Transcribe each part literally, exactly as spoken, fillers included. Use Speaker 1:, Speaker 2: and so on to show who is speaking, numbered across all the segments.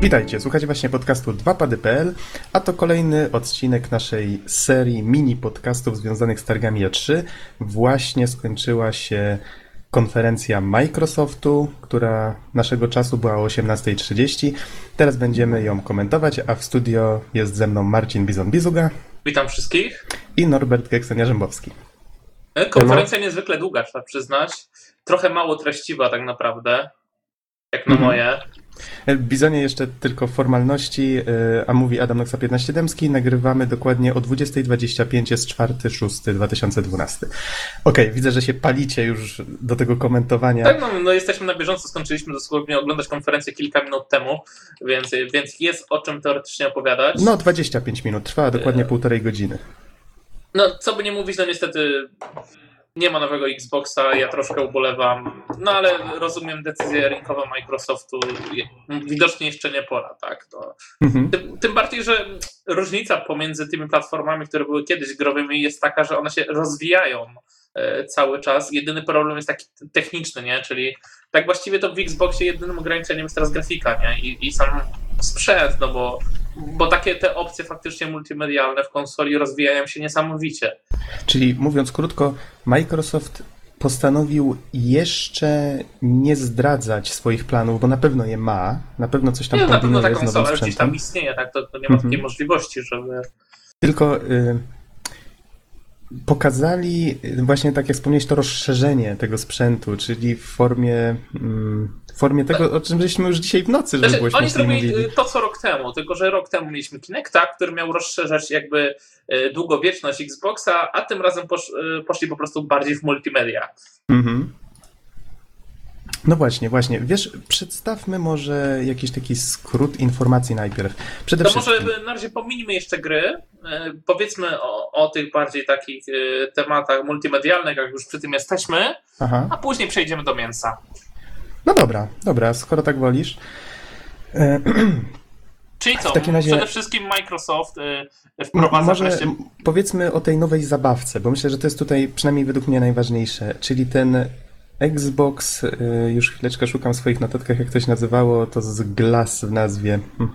Speaker 1: Witajcie, słuchacie właśnie podcastu dwa pady kropka p l, a to kolejny odcinek naszej serii mini podcastów związanych z targami E trzy. Właśnie skończyła się konferencja Microsoftu, która naszego czasu była o osiemnasta trzydzieści. Teraz będziemy ją komentować, a w studio jest ze mną Marcin Bizon-Bizuga.
Speaker 2: Witam wszystkich.
Speaker 1: I Norbert Geksen-Jarzębowski.
Speaker 2: Konferencja niezwykle długa, trzeba przyznać. Trochę mało treściwa tak naprawdę, jak na moje.
Speaker 1: Bizonie, jeszcze tylko formalności, a mówi Adam Noxa piętnaście Dębski. Nagrywamy dokładnie o dwudziesta dwadzieścia pięć, jest czwartego szóstego dwa tysiące dwunastego. Okej, okay, widzę, że się palicie już do tego komentowania.
Speaker 2: Tak, no, no jesteśmy na bieżąco, skończyliśmy dosłownie oglądać konferencję kilka minut temu, więc, więc jest o czym teoretycznie opowiadać.
Speaker 1: No, dwadzieścia pięć minut, trwała dokładnie półtorej godziny.
Speaker 2: No, co by nie mówić, no niestety nie ma nowego Xboxa, ja troszkę ubolewam, no ale rozumiem decyzję rynkową Microsoftu, widocznie jeszcze nie pora, tak. To, mhm. tym, tym bardziej, że różnica pomiędzy tymi platformami, które były kiedyś growymi, jest taka, że one się rozwijają e, cały czas. Jedyny problem jest taki techniczny, nie? Czyli tak właściwie to w Xboxie jedynym ograniczeniem jest teraz grafika, nie? I, i sam sprzęt, no bo Bo takie te opcje faktycznie multimedialne w konsoli rozwijają się niesamowicie.
Speaker 1: Czyli mówiąc krótko, Microsoft postanowił jeszcze nie zdradzać swoich planów, bo na pewno je ma, na pewno coś tam
Speaker 2: nie,
Speaker 1: kombinuje
Speaker 2: na pewno ta
Speaker 1: z nowym
Speaker 2: konsola
Speaker 1: sprzętem.
Speaker 2: gdzieś tam istnieje, tak? To, to nie ma
Speaker 1: mhm.
Speaker 2: takiej możliwości, żeby...
Speaker 1: Tylko y, pokazali właśnie, tak jak wspomniałeś, to rozszerzenie tego sprzętu, czyli w formie, w formie tego, o czym żeśmy już dzisiaj w nocy, żeby
Speaker 2: znaczy,
Speaker 1: było
Speaker 2: oni zrobili
Speaker 1: mówili.
Speaker 2: to, co rok temu, tylko że rok temu mieliśmy Kinecta, który miał rozszerzać jakby długowieczność Xboxa, a tym razem posz, poszli po prostu bardziej w multimedia. Mhm.
Speaker 1: No właśnie, właśnie. Wiesz, przedstawmy może jakiś taki skrót informacji najpierw. Przede
Speaker 2: to
Speaker 1: wszystkim...
Speaker 2: może na razie pominijmy jeszcze gry. Powiedzmy o, o tych bardziej takich tematach multimedialnych, jak już przy tym jesteśmy, Aha. a później przejdziemy do mięsa.
Speaker 1: No dobra, dobra, skoro tak wolisz.
Speaker 2: Czyli co, w takim razie... przede wszystkim Microsoft wprowadza
Speaker 1: może
Speaker 2: wreszcie...
Speaker 1: Powiedzmy o tej nowej zabawce, bo myślę, że to jest tutaj przynajmniej według mnie najważniejsze, czyli ten Xbox, już chwileczkę szukam w swoich notatkach, jak to się nazywało, to z Glass w nazwie.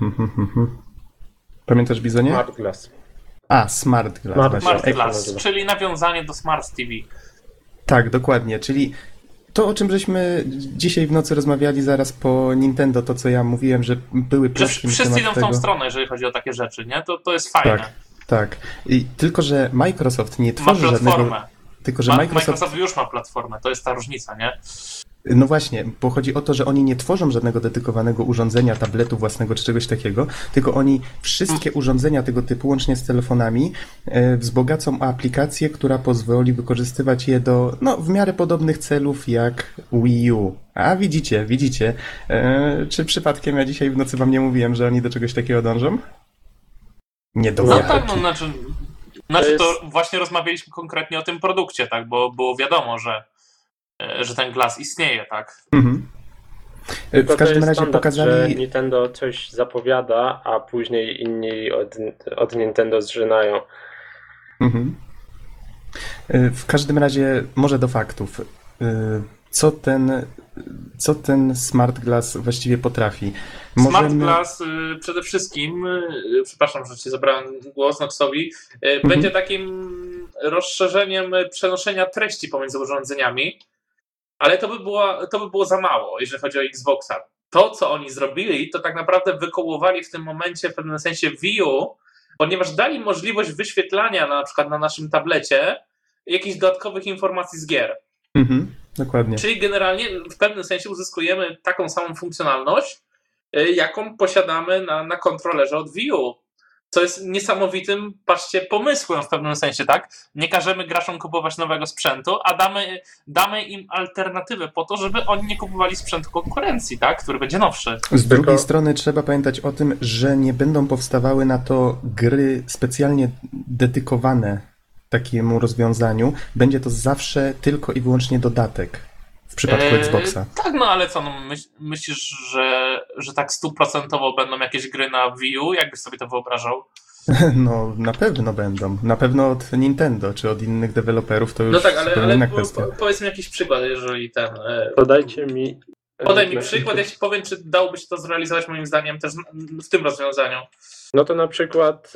Speaker 1: Pamiętasz, Bizonie?
Speaker 3: Smart Glass.
Speaker 1: A, Smart Glass.
Speaker 2: Smart, Smart Glass, czyli nawiązanie do Smart T V.
Speaker 1: Tak, dokładnie, czyli to, o czym żeśmy dzisiaj w nocy rozmawiali zaraz po Nintendo, to co ja mówiłem, że były
Speaker 2: ploszki. Wszyscy idą w tą tego. stronę, jeżeli chodzi o takie rzeczy, nie? To, to jest fajne.
Speaker 1: Tak, tak. I tylko, że Microsoft nie tworzy żadnego... Tylko, że
Speaker 2: Ma,
Speaker 1: Microsoft...
Speaker 2: Microsoft już ma platformę, to jest ta różnica, nie?
Speaker 1: No właśnie, bo chodzi o to, że oni nie tworzą żadnego dedykowanego urządzenia, tabletu własnego czy czegoś takiego, tylko oni wszystkie urządzenia tego typu, łącznie z telefonami, wzbogacą o aplikację, która pozwoli wykorzystywać je do, no, w miarę podobnych celów jak Wii U. A widzicie, widzicie, e, czy przypadkiem ja dzisiaj w nocy wam nie mówiłem, że oni do czegoś takiego dążą? Nie do
Speaker 2: No tak, no znaczy... Znaczy to właśnie rozmawialiśmy konkretnie o tym produkcie, tak, bo było wiadomo, że, że ten Glass istnieje, tak. Mhm.
Speaker 1: W każdym razie standard, pokazali...
Speaker 3: że Nintendo coś zapowiada, a później inni od, od Nintendo zżynają.
Speaker 1: Mhm. W każdym razie może do faktów. Co ten, co ten Smart Glass właściwie potrafi?
Speaker 2: Możemy... Smart Glass y, przede wszystkim, y, przepraszam, że ci zabrałem głos Noxowi, y, mhm. będzie takim rozszerzeniem przenoszenia treści pomiędzy urządzeniami, ale to by, było, to by było za mało, jeżeli chodzi o Xboxa. To, co oni zrobili, to tak naprawdę wykołowali w tym momencie w pewnym sensie Wii U, ponieważ dali możliwość wyświetlania na przykład na naszym tablecie jakichś dodatkowych informacji z gier.
Speaker 1: Mhm. Dokładnie.
Speaker 2: Czyli generalnie w pewnym sensie uzyskujemy taką samą funkcjonalność, jaką posiadamy na, na kontrolerze od Wii U. Co jest niesamowitym, patrzcie, pomysłem w pewnym sensie, tak? Nie każemy graczom kupować nowego sprzętu, a damy, damy im alternatywę po to, żeby oni nie kupowali sprzętu konkurencji, tak? Który będzie nowszy.
Speaker 1: Z drugiej Tylko... strony trzeba pamiętać o tym, że nie będą powstawały na to gry specjalnie dedykowane takiemu rozwiązaniu. Będzie to zawsze tylko i wyłącznie dodatek w przypadku eee, Xboxa.
Speaker 2: Tak, no ale co, no, myśl, myślisz, że, że tak stuprocentowo będą jakieś gry na Wii U? Jakbyś sobie to wyobrażał?
Speaker 1: No, na pewno będą. Na pewno od Nintendo, czy od innych deweloperów to już
Speaker 2: no tak, ale, ale
Speaker 1: inna
Speaker 2: po,
Speaker 1: kwestia.
Speaker 2: Po, powiedz mi jakiś przykład, jeżeli ten...
Speaker 3: Podajcie mi
Speaker 2: Podaj mi przykład, ja ci powiem, czy dałoby się to zrealizować moim zdaniem też w tym rozwiązaniu.
Speaker 3: No to na przykład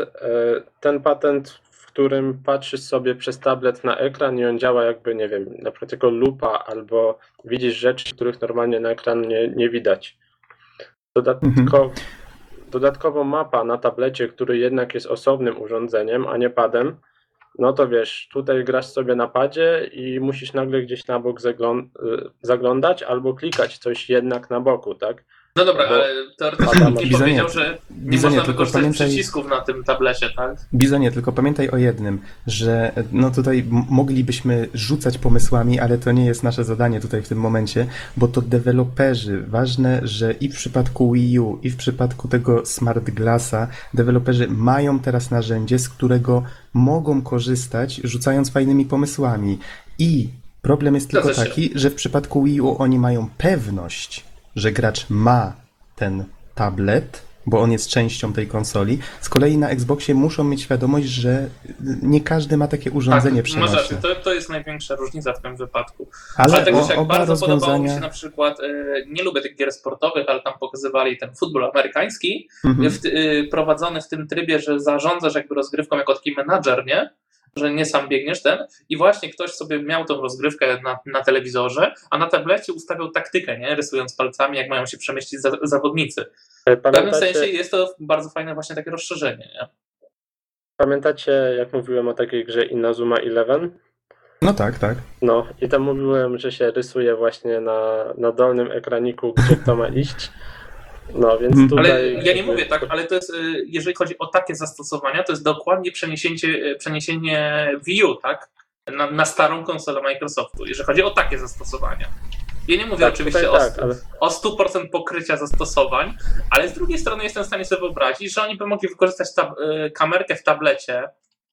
Speaker 3: ten patent, w którym patrzysz sobie przez tablet na ekran i on działa jakby, nie wiem, na przykład jako lupa, albo widzisz rzeczy, których normalnie na ekran nie, nie widać. Dodatkowo, mhm. dodatkowo mapa na tablecie, który jednak jest osobnym urządzeniem, a nie padem, no to wiesz, tutaj grasz sobie na padzie i musisz nagle gdzieś na bok zagląd- zaglądać albo klikać coś jednak na boku, tak?
Speaker 2: No dobra,
Speaker 3: Bo
Speaker 2: ale teoretycznie nikt nie
Speaker 1: Bizonie,
Speaker 2: powiedział, że nie
Speaker 1: Bizonie,
Speaker 2: można
Speaker 1: tylko
Speaker 2: wykorzystać
Speaker 1: pamiętaj,
Speaker 2: przycisków na tym tablecie, tak?
Speaker 1: Bizonie, tylko pamiętaj o jednym, że no tutaj m- moglibyśmy rzucać pomysłami, ale to nie jest nasze zadanie tutaj w tym momencie, bo to deweloperzy, ważne, że i w przypadku Wii U, i w przypadku tego Smart Glassa, deweloperzy mają teraz narzędzie, z którego mogą korzystać, rzucając fajnymi pomysłami. I problem jest tylko
Speaker 2: Zgadza się.
Speaker 1: taki, że w przypadku Wii U oni mają pewność, że gracz ma ten tablet, bo on jest częścią tej konsoli. Z kolei na Xboxie muszą mieć świadomość, że nie każdy ma takie urządzenie
Speaker 2: Tak,
Speaker 1: przenośne.
Speaker 2: może, to, to jest największa różnica w tym wypadku.
Speaker 1: Ale
Speaker 2: Ale tego
Speaker 1: o,
Speaker 2: jak
Speaker 1: oba
Speaker 2: bardzo
Speaker 1: rozwiązania...
Speaker 2: podobało mi się na przykład, y, nie lubię tych gier sportowych, ale tam pokazywali ten futbol amerykański,
Speaker 1: Mhm.
Speaker 2: w, y, prowadzony w tym trybie, że zarządzasz jakby rozgrywką jako taki menadżer, nie? Że nie sam biegniesz ten i właśnie ktoś sobie miał tą rozgrywkę na, na telewizorze, a na tablecie ustawiał taktykę, nie? Rysując palcami, jak mają się przemieścić za, zawodnicy. W pewnym sensie jest to bardzo fajne właśnie takie rozszerzenie, nie?
Speaker 3: Pamiętacie, jak mówiłem o takiej grze Inazuma Eleven?
Speaker 1: No tak, tak.
Speaker 3: No i tam mówiłem, że się rysuje właśnie na, na dolnym ekraniku, gdzie kto ma iść. No, więc
Speaker 1: Mhm.
Speaker 3: tutaj...
Speaker 2: Ale ja nie mówię tak, ale to jest, y, jeżeli chodzi o takie zastosowania, to jest dokładnie przeniesienie, przeniesienie Wii U, tak? Na, na starą konsolę Microsoftu, jeżeli chodzi o takie zastosowania. Ja nie mówię
Speaker 3: Tak,
Speaker 2: oczywiście
Speaker 3: tutaj
Speaker 2: o,
Speaker 3: tak, ale-
Speaker 2: o stu procentach pokrycia zastosowań, ale z drugiej strony jestem w stanie sobie wyobrazić, że oni by mogli wykorzystać tab- y, kamerkę w tablecie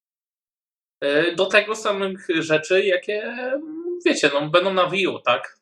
Speaker 2: y, do tego samych rzeczy, jakie, mm, wiecie, no, będą na Wii U, tak?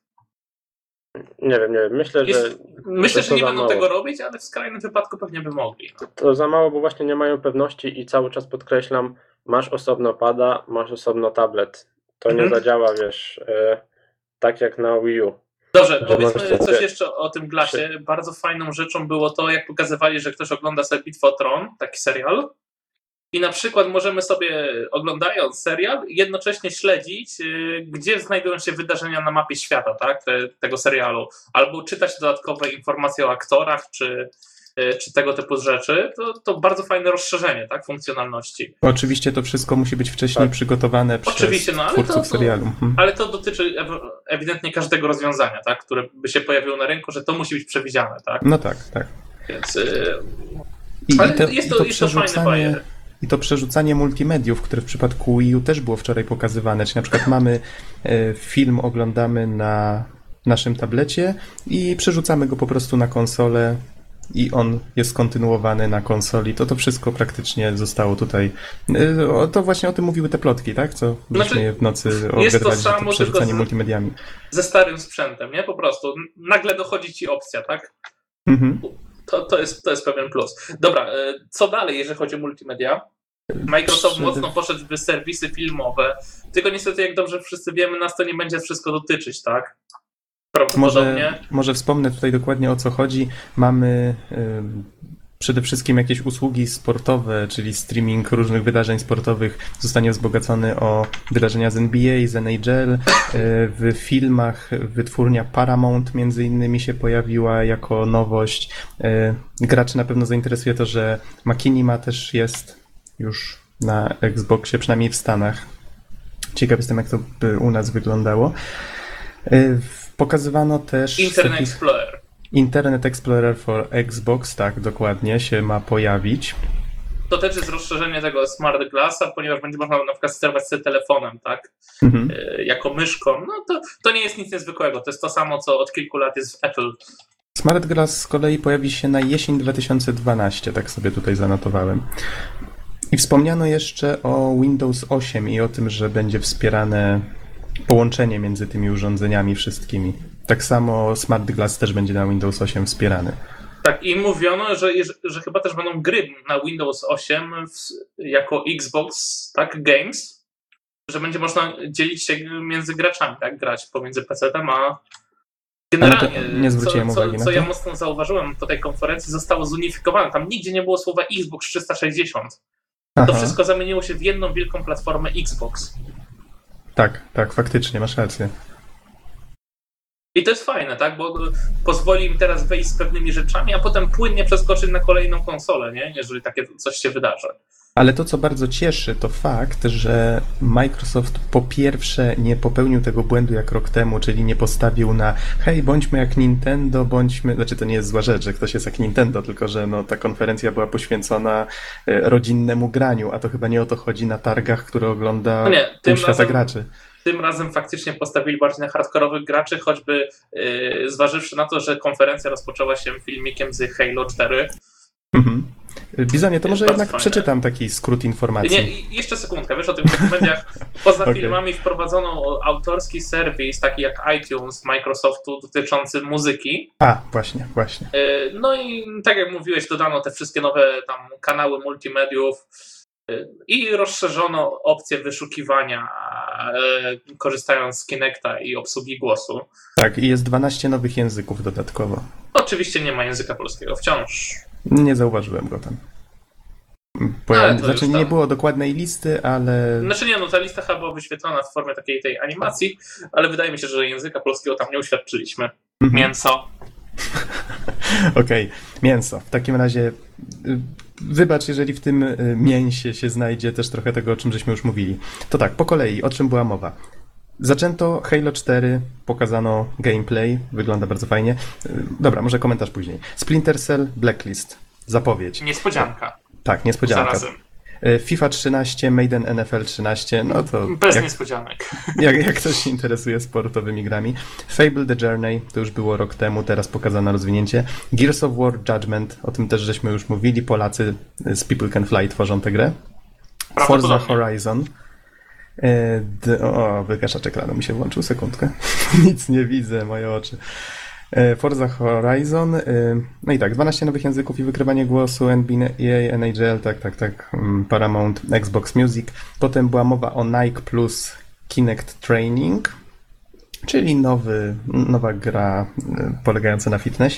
Speaker 3: Nie wiem, nie wiem. Myślę,
Speaker 2: Jest,
Speaker 3: że
Speaker 2: myślę,
Speaker 3: to
Speaker 2: że nie
Speaker 3: za
Speaker 2: będą
Speaker 3: mało.
Speaker 2: tego robić, ale w skrajnym wypadku pewnie by mogli. No.
Speaker 3: To za mało, bo właśnie nie mają pewności i cały czas podkreślam, masz osobno pada, masz osobno tablet. To
Speaker 2: Mhm.
Speaker 3: nie zadziała, wiesz, e, tak jak na Wii U.
Speaker 2: Dobrze,
Speaker 3: Że
Speaker 2: powiedzmy
Speaker 3: możesz
Speaker 2: coś
Speaker 3: sobie-
Speaker 2: jeszcze o tym Glassie. Bardzo fajną rzeczą było to, jak pokazywali, że ktoś ogląda sobie Bitwę o Tron, taki serial. I na przykład możemy sobie, oglądając serial, jednocześnie śledzić, yy, gdzie znajdują się wydarzenia na mapie świata, tak, te, tego serialu. Albo czytać dodatkowe informacje o aktorach, czy, yy, czy tego typu rzeczy. To, to bardzo fajne rozszerzenie, tak, funkcjonalności.
Speaker 1: Oczywiście to wszystko musi być wcześniej
Speaker 3: Tak.
Speaker 1: przygotowane przez
Speaker 2: Oczywiście, no, ale
Speaker 1: twórców
Speaker 2: to- to-
Speaker 1: serialu. Mhm.
Speaker 2: Ale to dotyczy ew- ewidentnie każdego rozwiązania, tak, które by się pojawiło na rynku, że to musi być przewidziane, tak.
Speaker 1: No tak, tak.
Speaker 2: Więc yy,
Speaker 1: I,
Speaker 2: ale
Speaker 1: i, to,
Speaker 2: jest
Speaker 1: i
Speaker 2: to,
Speaker 1: to
Speaker 2: jest to fajne
Speaker 1: przerzucanie...
Speaker 2: bajer.
Speaker 1: I to przerzucanie multimediów, które w przypadku Wii U też było wczoraj pokazywane. Czyli na przykład mamy e, film, oglądamy na naszym tablecie i przerzucamy go po prostu na konsolę i on jest kontynuowany na konsoli. To to wszystko praktycznie zostało tutaj. e, o, To właśnie o tym mówiły te plotki, tak? Co
Speaker 2: Znaczy,
Speaker 1: byśmy je w nocy
Speaker 2: jest to
Speaker 1: obgadywali, że
Speaker 2: samo,
Speaker 1: to
Speaker 2: tylko
Speaker 1: przerzucanie
Speaker 2: z-
Speaker 1: multimediami.
Speaker 2: Ze starym sprzętem, nie? Po prostu. Nagle dochodzi ci opcja, tak?
Speaker 1: Mhm.
Speaker 2: To, to, jest, to jest pewien plus. Dobra, e, co dalej, jeżeli chodzi o multimedia? Microsoft
Speaker 1: Przede-
Speaker 2: mocno poszedł w serwisy filmowe, tylko niestety, jak dobrze wszyscy wiemy, nas to nie będzie wszystko dotyczyć, tak? Prawdopodobnie.
Speaker 1: Może, może wspomnę tutaj dokładnie o co chodzi. Mamy ym, przede wszystkim jakieś usługi sportowe, czyli streaming różnych wydarzeń sportowych zostanie wzbogacony o wydarzenia z N B A, z N H L. Y, W filmach wytwórnia Paramount między innymi się pojawiła jako nowość. Y, Graczy na pewno zainteresuje to, że Machinima też jest już na Xboxie, przynajmniej w Stanach. Ciekaw jestem, jak to by u nas wyglądało. Y, Pokazywano też
Speaker 2: Internet
Speaker 1: takich-
Speaker 2: Explorer.
Speaker 1: Internet Explorer for Xbox, tak, dokładnie, się ma pojawić.
Speaker 2: To też jest rozszerzenie tego Smart Glassa, ponieważ będzie można na przykład sterować sobie telefonem, tak?
Speaker 1: Mhm.
Speaker 2: E, jako myszką. No to, to nie jest nic niezwykłego. To jest to samo, co od kilku lat jest w Apple.
Speaker 1: Smart Glass z kolei pojawi się na jesień dwa tysiące dwunasty, tak sobie tutaj zanotowałem. I wspomniano jeszcze o Windows osiem i o tym, że będzie wspierane połączenie między tymi urządzeniami wszystkimi. Tak samo Smart Glass też będzie na Windows osiem wspierany.
Speaker 2: Tak, i mówiono, że, że chyba też będą gry na Windows osiem w, jako Xbox, tak, Games, że będzie można dzielić się między graczami, tak, grać pomiędzy pecetem a, Generalnie,
Speaker 1: nie zwróciłem
Speaker 2: co,
Speaker 1: uwagi
Speaker 2: co,
Speaker 1: na
Speaker 2: co
Speaker 1: to.
Speaker 2: ja mocno zauważyłem po tej konferencji, zostało zunifikowane. Tam nigdzie nie było słowa Xbox trzysta sześćdziesiąt.
Speaker 1: Aha.
Speaker 2: To wszystko zamieniło się w jedną wielką platformę Xbox.
Speaker 1: Tak, tak, faktycznie, masz rację.
Speaker 2: I to jest fajne, tak? Bo pozwoli im teraz wejść z pewnymi rzeczami, a potem płynnie przeskoczyć na kolejną konsolę, nie? Jeżeli takie coś się wydarzy.
Speaker 1: Ale to, co bardzo cieszy, to fakt, że Microsoft po pierwsze nie popełnił tego błędu jak rok temu, czyli nie postawił na hej, bądźmy jak Nintendo, bądźmy... Znaczy, to nie jest zła rzecz, że ktoś jest jak Nintendo, tylko że no, ta konferencja była poświęcona rodzinnemu graniu, a to chyba nie o to chodzi na targach, które ogląda
Speaker 2: no nie, tym
Speaker 1: świata
Speaker 2: razem,
Speaker 1: graczy.
Speaker 2: Tym razem faktycznie postawili bardziej na hardkorowych graczy, choćby yy, zważywszy na to, że konferencja rozpoczęła się filmikiem z Halo cztery.
Speaker 1: Mhm. Bizonie, to może
Speaker 2: Bardzo
Speaker 1: jednak
Speaker 2: fajne.
Speaker 1: przeczytam taki skrót informacji.
Speaker 2: Nie, jeszcze sekundkę, wiesz, o tych mediach. Poza
Speaker 1: Okay.
Speaker 2: filmami wprowadzono autorski serwis, taki jak iTunes Microsoftu, dotyczący muzyki.
Speaker 1: A, właśnie, właśnie.
Speaker 2: Yy, no i tak jak mówiłeś, dodano te wszystkie nowe tam kanały multimediów yy, i rozszerzono opcję wyszukiwania, yy, korzystając z Kinecta i obsługi głosu.
Speaker 1: Tak, i jest dwanaście nowych języków dodatkowo.
Speaker 2: Oczywiście nie ma języka polskiego wciąż.
Speaker 1: Nie zauważyłem go tam. Bo
Speaker 2: Ale
Speaker 1: ja,
Speaker 2: to
Speaker 1: znaczy
Speaker 2: już
Speaker 1: nie
Speaker 2: tam.
Speaker 1: było dokładnej listy, ale...
Speaker 2: Znaczy nie, no ta lista chyba była wyświetlona w formie takiej tej animacji, ale wydaje mi się, że języka polskiego tam nie uświadczyliśmy.
Speaker 1: Mhm.
Speaker 2: Mięso.
Speaker 1: Okej, okay. Mięso. W takim razie y, wybacz, jeżeli w tym y, mięsie się znajdzie też trochę tego, o czym żeśmy już mówili. To tak, po kolei, o czym była mowa. Zaczęto Halo cztery, pokazano gameplay, wygląda bardzo fajnie. Y, dobra, może komentarz później. Splinter Cell Blacklist, zapowiedź.
Speaker 2: Niespodzianka.
Speaker 1: Tak, niespodzianka.
Speaker 2: Zarazem.
Speaker 1: Y, FIFA trzynaście, Maiden N F L trzynaście, no to...
Speaker 2: Bez
Speaker 1: jak...
Speaker 2: niespodzianek.
Speaker 1: Jak, jak ktoś się interesuje sportowymi grami. Fable The Journey, to już było rok temu, teraz pokazano rozwinięcie. Gears of War Judgment, o tym też żeśmy już mówili, Polacy z People Can Fly tworzą tę grę. Forza Horizon. D- o, wygaszacz ekranu mi się włączył, sekundkę. Nic nie widzę, moje oczy. Forza Horizon, no i tak, dwanaście nowych języków i wykrywanie głosu, N B A, N H L, tak, tak, tak, Paramount, Xbox Music. Potem była mowa o Nike plus Kinect Training, czyli nowy, nowa gra polegająca na fitnessie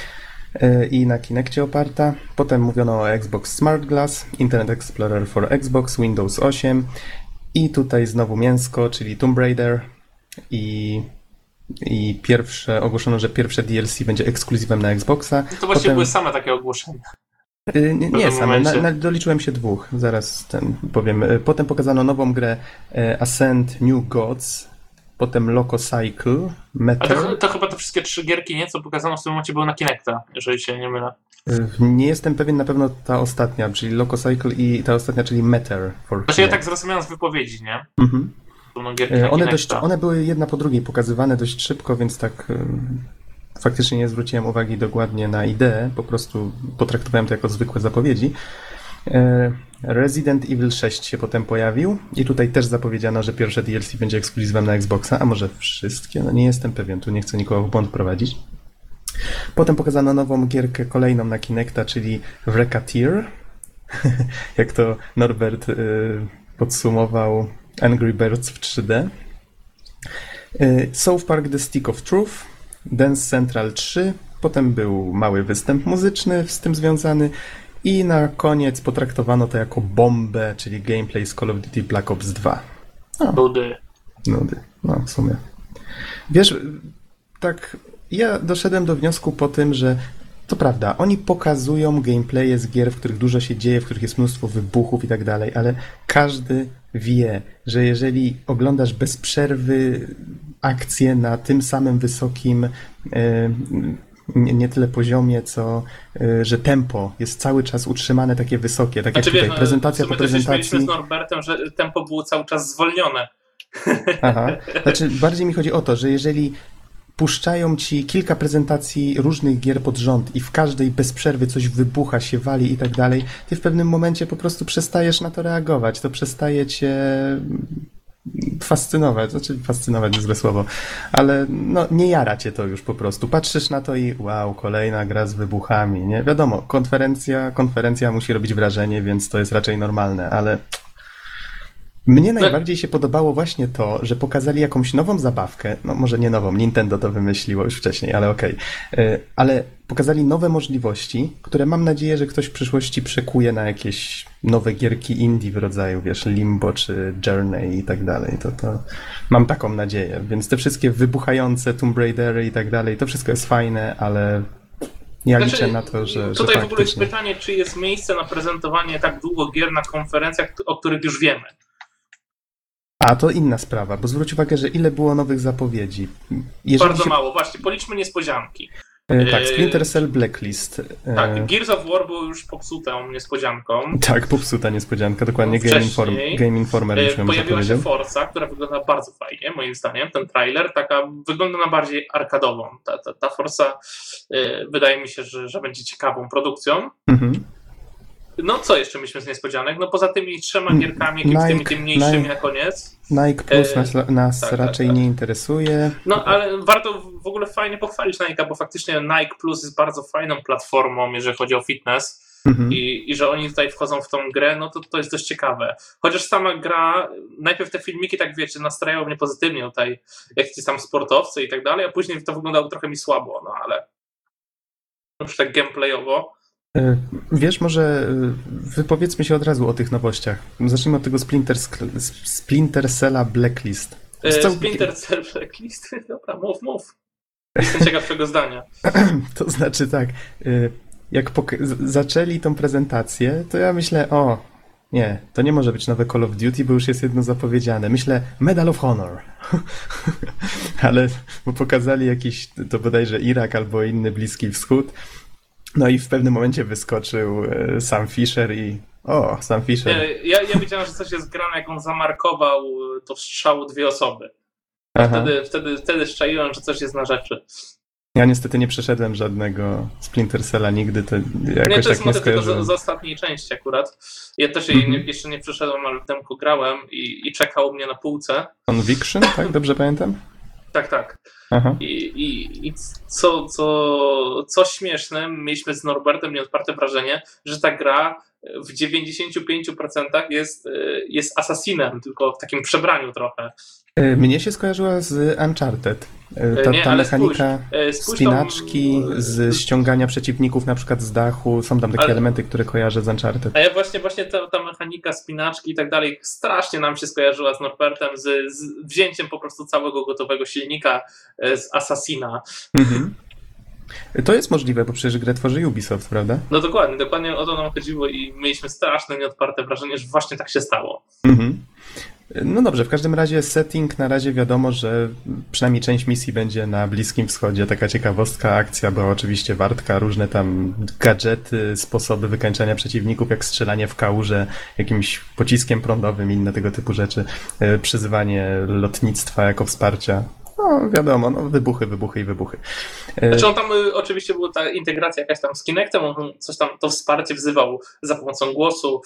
Speaker 1: i na Kinectie oparta. Potem mówiono o Xbox Smart Glass, Internet Explorer for Xbox, Windows osiem i tutaj znowu mięsko, czyli Tomb Raider i... I pierwsze, ogłoszono, że pierwsze D L C będzie ekskluzywem na Xboxa.
Speaker 2: To właściwie Potem... były same takie ogłoszenia.
Speaker 1: Yy, nie nie same, na, na, doliczyłem się dwóch, zaraz ten powiem. Potem pokazano nową grę e, Ascent New Gods, potem Loco Cycle, Metal.
Speaker 2: To, to chyba te wszystkie trzy gierki, nie? Co pokazano w tym momencie były na Kinecta, jeżeli się nie mylę.
Speaker 1: Yy, nie jestem pewien, na pewno ta ostatnia, czyli Loco Cycle i ta ostatnia, czyli Metal. For
Speaker 2: znaczy ja tak zrozumiałem z wypowiedzi, nie?
Speaker 1: Mhm. One, dość,
Speaker 2: one
Speaker 1: one były jedna po drugiej pokazywane dość szybko, więc tak y, faktycznie nie zwróciłem uwagi dokładnie na ideę, po prostu potraktowałem to jako zwykłe zapowiedzi. Y, Resident Evil sześć się potem pojawił i tutaj też zapowiedziano, że pierwsze D L C będzie ekskluzywem na Xboxa, a może wszystkie? No nie jestem pewien, tu nie chcę nikogo w błąd prowadzić. Potem pokazano nową gierkę kolejną na Kinecta, czyli Wreckateer, jak to Norbert y, podsumował, Angry Birds w trzy D. South Park The Stick of Truth, Dance Central trzy, potem był mały występ muzyczny z tym związany i na koniec potraktowano to jako bombę, czyli gameplay z Call of Duty Black Ops dwa. No,
Speaker 2: nudy.
Speaker 1: Nudy, no w sumie. Wiesz, tak ja doszedłem do wniosku po tym, że to prawda, oni pokazują gameplaye z gier, w których dużo się dzieje, w których jest mnóstwo wybuchów i tak dalej, ale każdy wie, że jeżeli oglądasz bez przerwy akcje na tym samym wysokim nie, nie tyle poziomie, co że tempo jest cały czas utrzymane takie wysokie, tak
Speaker 2: znaczy,
Speaker 1: jak tutaj,
Speaker 2: wiesz,
Speaker 1: prezentacja po prezentacji.
Speaker 2: Się z Norbertem, że tempo było cały czas zwolnione.
Speaker 1: Aha, znaczy bardziej mi chodzi o to, że jeżeli puszczają ci kilka prezentacji różnych gier pod rząd i w każdej bez przerwy coś wybucha, się wali i tak dalej, ty w pewnym momencie po prostu przestajesz na to reagować, to przestaje cię fascynować, znaczy fascynować jest złe słowo, ale no nie jara cię to już po prostu, patrzysz na to i wow, kolejna gra z wybuchami, nie? Wiadomo, konferencja, konferencja musi robić wrażenie, więc to jest raczej normalne, ale Mnie najbardziej się podobało właśnie to, że pokazali jakąś nową zabawkę, no może nie nową, Nintendo to wymyśliło już wcześniej, ale okej, okay. Ale pokazali nowe możliwości, które mam nadzieję, że ktoś w przyszłości przekuje na jakieś nowe gierki indie w rodzaju, wiesz, Limbo czy Journey i tak dalej, to, to mam taką nadzieję, więc te wszystkie wybuchające Tomb Raidery i tak dalej, to wszystko jest fajne, ale ja
Speaker 2: Znaczy,
Speaker 1: liczę na to, że
Speaker 2: Tutaj
Speaker 1: że
Speaker 2: w ogóle jest
Speaker 1: faktycznie...
Speaker 2: pytanie, czy jest miejsce na prezentowanie tak długo gier na konferencjach, o których już wiemy.
Speaker 1: A, to inna sprawa, bo zwróć uwagę, że ile było nowych zapowiedzi. Jeżeli
Speaker 2: Bardzo
Speaker 1: się...
Speaker 2: mało, właśnie, policzmy niespodzianki.
Speaker 1: E, tak, Splinter Cell Blacklist. E...
Speaker 2: Tak, Gears of War było już popsutą niespodzianką.
Speaker 1: Tak, popsuta niespodzianka, dokładnie
Speaker 2: Wcześniej,
Speaker 1: Game, Inform... Game Informer już ją
Speaker 2: pojawiła się
Speaker 1: zapowiedział.
Speaker 2: Forza, która wygląda bardzo fajnie, moim zdaniem. Ten trailer taka wygląda na bardziej arkadową. Ta, ta, ta Forza y, wydaje mi się, że, że będzie ciekawą produkcją.
Speaker 1: Mhm.
Speaker 2: No co jeszcze mieliśmy z niespodzianek? No poza tymi trzema gierkami, jakimiś
Speaker 1: Nike,
Speaker 2: tymi, tymi mniejszymi
Speaker 1: Nike.
Speaker 2: na koniec.
Speaker 1: Nike Plus nas, nas
Speaker 2: tak, tak,
Speaker 1: raczej
Speaker 2: tak.
Speaker 1: nie interesuje.
Speaker 2: No ale warto w ogóle fajnie pochwalić Nike'a, bo faktycznie Nike Plus jest bardzo fajną platformą, jeżeli chodzi o fitness.
Speaker 1: Mhm.
Speaker 2: I, I że oni tutaj wchodzą w tą grę, no to to jest dość ciekawe. Chociaż sama gra, najpierw te filmiki, tak wiecie, nastrajały mnie pozytywnie tutaj, jak ci tam sportowcy i tak dalej, a później to wyglądało trochę mi słabo, no ale już tak gameplayowo.
Speaker 1: Wiesz, może wypowiedzmy się od razu o tych nowościach. Zacznijmy od tego Splinter, Splinter Cella Blacklist.
Speaker 2: Cał... Splinter Cell Blacklist? Dobra, mów, mów. Jestem ciekaw twojego zdania.
Speaker 1: To znaczy tak, jak pok- zaczęli tą prezentację, to ja myślę, o, nie, to nie może być nowe Call of Duty, bo już jest jedno zapowiedziane. Myślę, Medal of Honor. Ale bo pokazali jakiś, to bodajże Irak albo inny Bliski Wschód. No i w pewnym momencie wyskoczył Sam Fisher i o, Sam Fisher.
Speaker 2: Nie, ja, ja wiedziałem, że coś jest grane, jak on zamarkował to w strzału dwie osoby. Wtedy, wtedy, wtedy szczaiłem, że coś jest na rzeczy.
Speaker 1: Ja niestety nie przeszedłem żadnego Splinter Cella nigdy, to jakoś
Speaker 2: nie, to jest
Speaker 1: tak nie
Speaker 2: motyw tylko
Speaker 1: skojarzyłem.
Speaker 2: z, z ostatniej części akurat. Ja też jej nie, jeszcze nie przeszedłem, ale w demku grałem i, i czekał mnie na półce.
Speaker 1: Conviction, tak? Dobrze pamiętam?
Speaker 2: Tak, tak.
Speaker 1: Aha.
Speaker 2: I, i, i co, co, co śmieszne, mieliśmy z Norbertem nieodparte wrażenie, że ta gra w dziewięćdziesięciu pięciu procentach jest, jest Assassinem, tylko w takim przebraniu trochę.
Speaker 1: Mnie się skojarzyła z Uncharted. Ta,
Speaker 2: Nie,
Speaker 1: ta mechanika
Speaker 2: spójrz, spójrz
Speaker 1: spinaczki,
Speaker 2: tam,
Speaker 1: z ściągania przeciwników na przykład z dachu, są tam takie
Speaker 2: ale,
Speaker 1: elementy, które kojarzę z Uncharted.
Speaker 2: A ja właśnie, właśnie ta, ta mechanika spinaczki i tak dalej strasznie nam się skojarzyła z Norbertem, z, z wzięciem po prostu całego gotowego silnika z Assassina.
Speaker 1: Mhm. To jest możliwe, bo przecież grę tworzy Ubisoft, prawda?
Speaker 2: No dokładnie, dokładnie o to nam chodziło i mieliśmy straszne, nieodparte wrażenie, że właśnie tak się stało.
Speaker 1: Mhm. No dobrze, w każdym razie setting na razie wiadomo, że przynajmniej część misji będzie na Bliskim Wschodzie. Taka ciekawostka, akcja była oczywiście wartka, różne tam gadżety, sposoby wykańczania przeciwników, jak strzelanie w kałuże jakimś pociskiem prądowym, inne tego typu rzeczy, przyzywanie lotnictwa jako wsparcia. No wiadomo, no wybuchy, wybuchy i wybuchy.
Speaker 2: Znaczy on tam y, oczywiście była ta integracja jakaś tam z Kinectem, on coś tam, to wsparcie wzywał za pomocą głosu.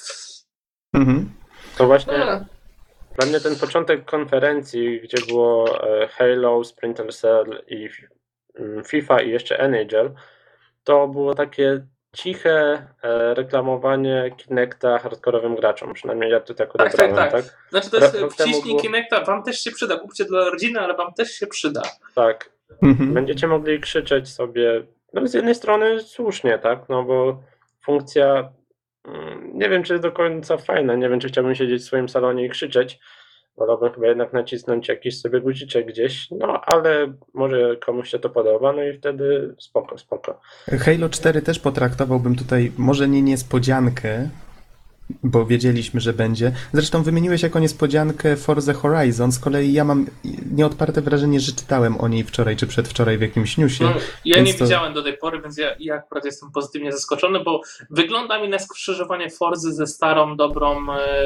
Speaker 1: Mhm.
Speaker 3: To właśnie A. dla mnie ten początek konferencji, gdzie było Halo, Splinter Cell i FIFA i jeszcze N H L, to było takie ciche reklamowanie Kinecta hardkorowym graczom. Przynajmniej ja to tak odebrałem. Tak, tak,
Speaker 2: tak. tak. Znaczy to jest wciśnij było... Kinecta, wam też się przyda. Kupcie dla rodziny, ale wam też się przyda.
Speaker 3: Tak. Mhm. Będziecie mogli krzyczeć sobie, no z jednej strony słusznie, tak, no bo funkcja nie wiem, czy jest do końca fajna, nie wiem, czy chciałbym siedzieć w swoim salonie i krzyczeć. Wolałbym chyba jednak nacisnąć jakiś sobie guziczek gdzieś, no ale może komuś się to podoba, no i wtedy spoko, spoko.
Speaker 1: Halo cztery też potraktowałbym tutaj może nie niespodziankę, bo wiedzieliśmy, że będzie. Zresztą wymieniłeś jako niespodziankę Forza Horizon, z kolei ja mam nieodparte wrażenie, że czytałem o niej wczoraj czy przedwczoraj w jakimś newsie.
Speaker 2: No, ja nie
Speaker 1: to...
Speaker 2: widziałem do tej pory, więc ja, ja akurat jestem pozytywnie zaskoczony, bo wygląda mi na skrzyżowanie Forzy ze starą, dobrą,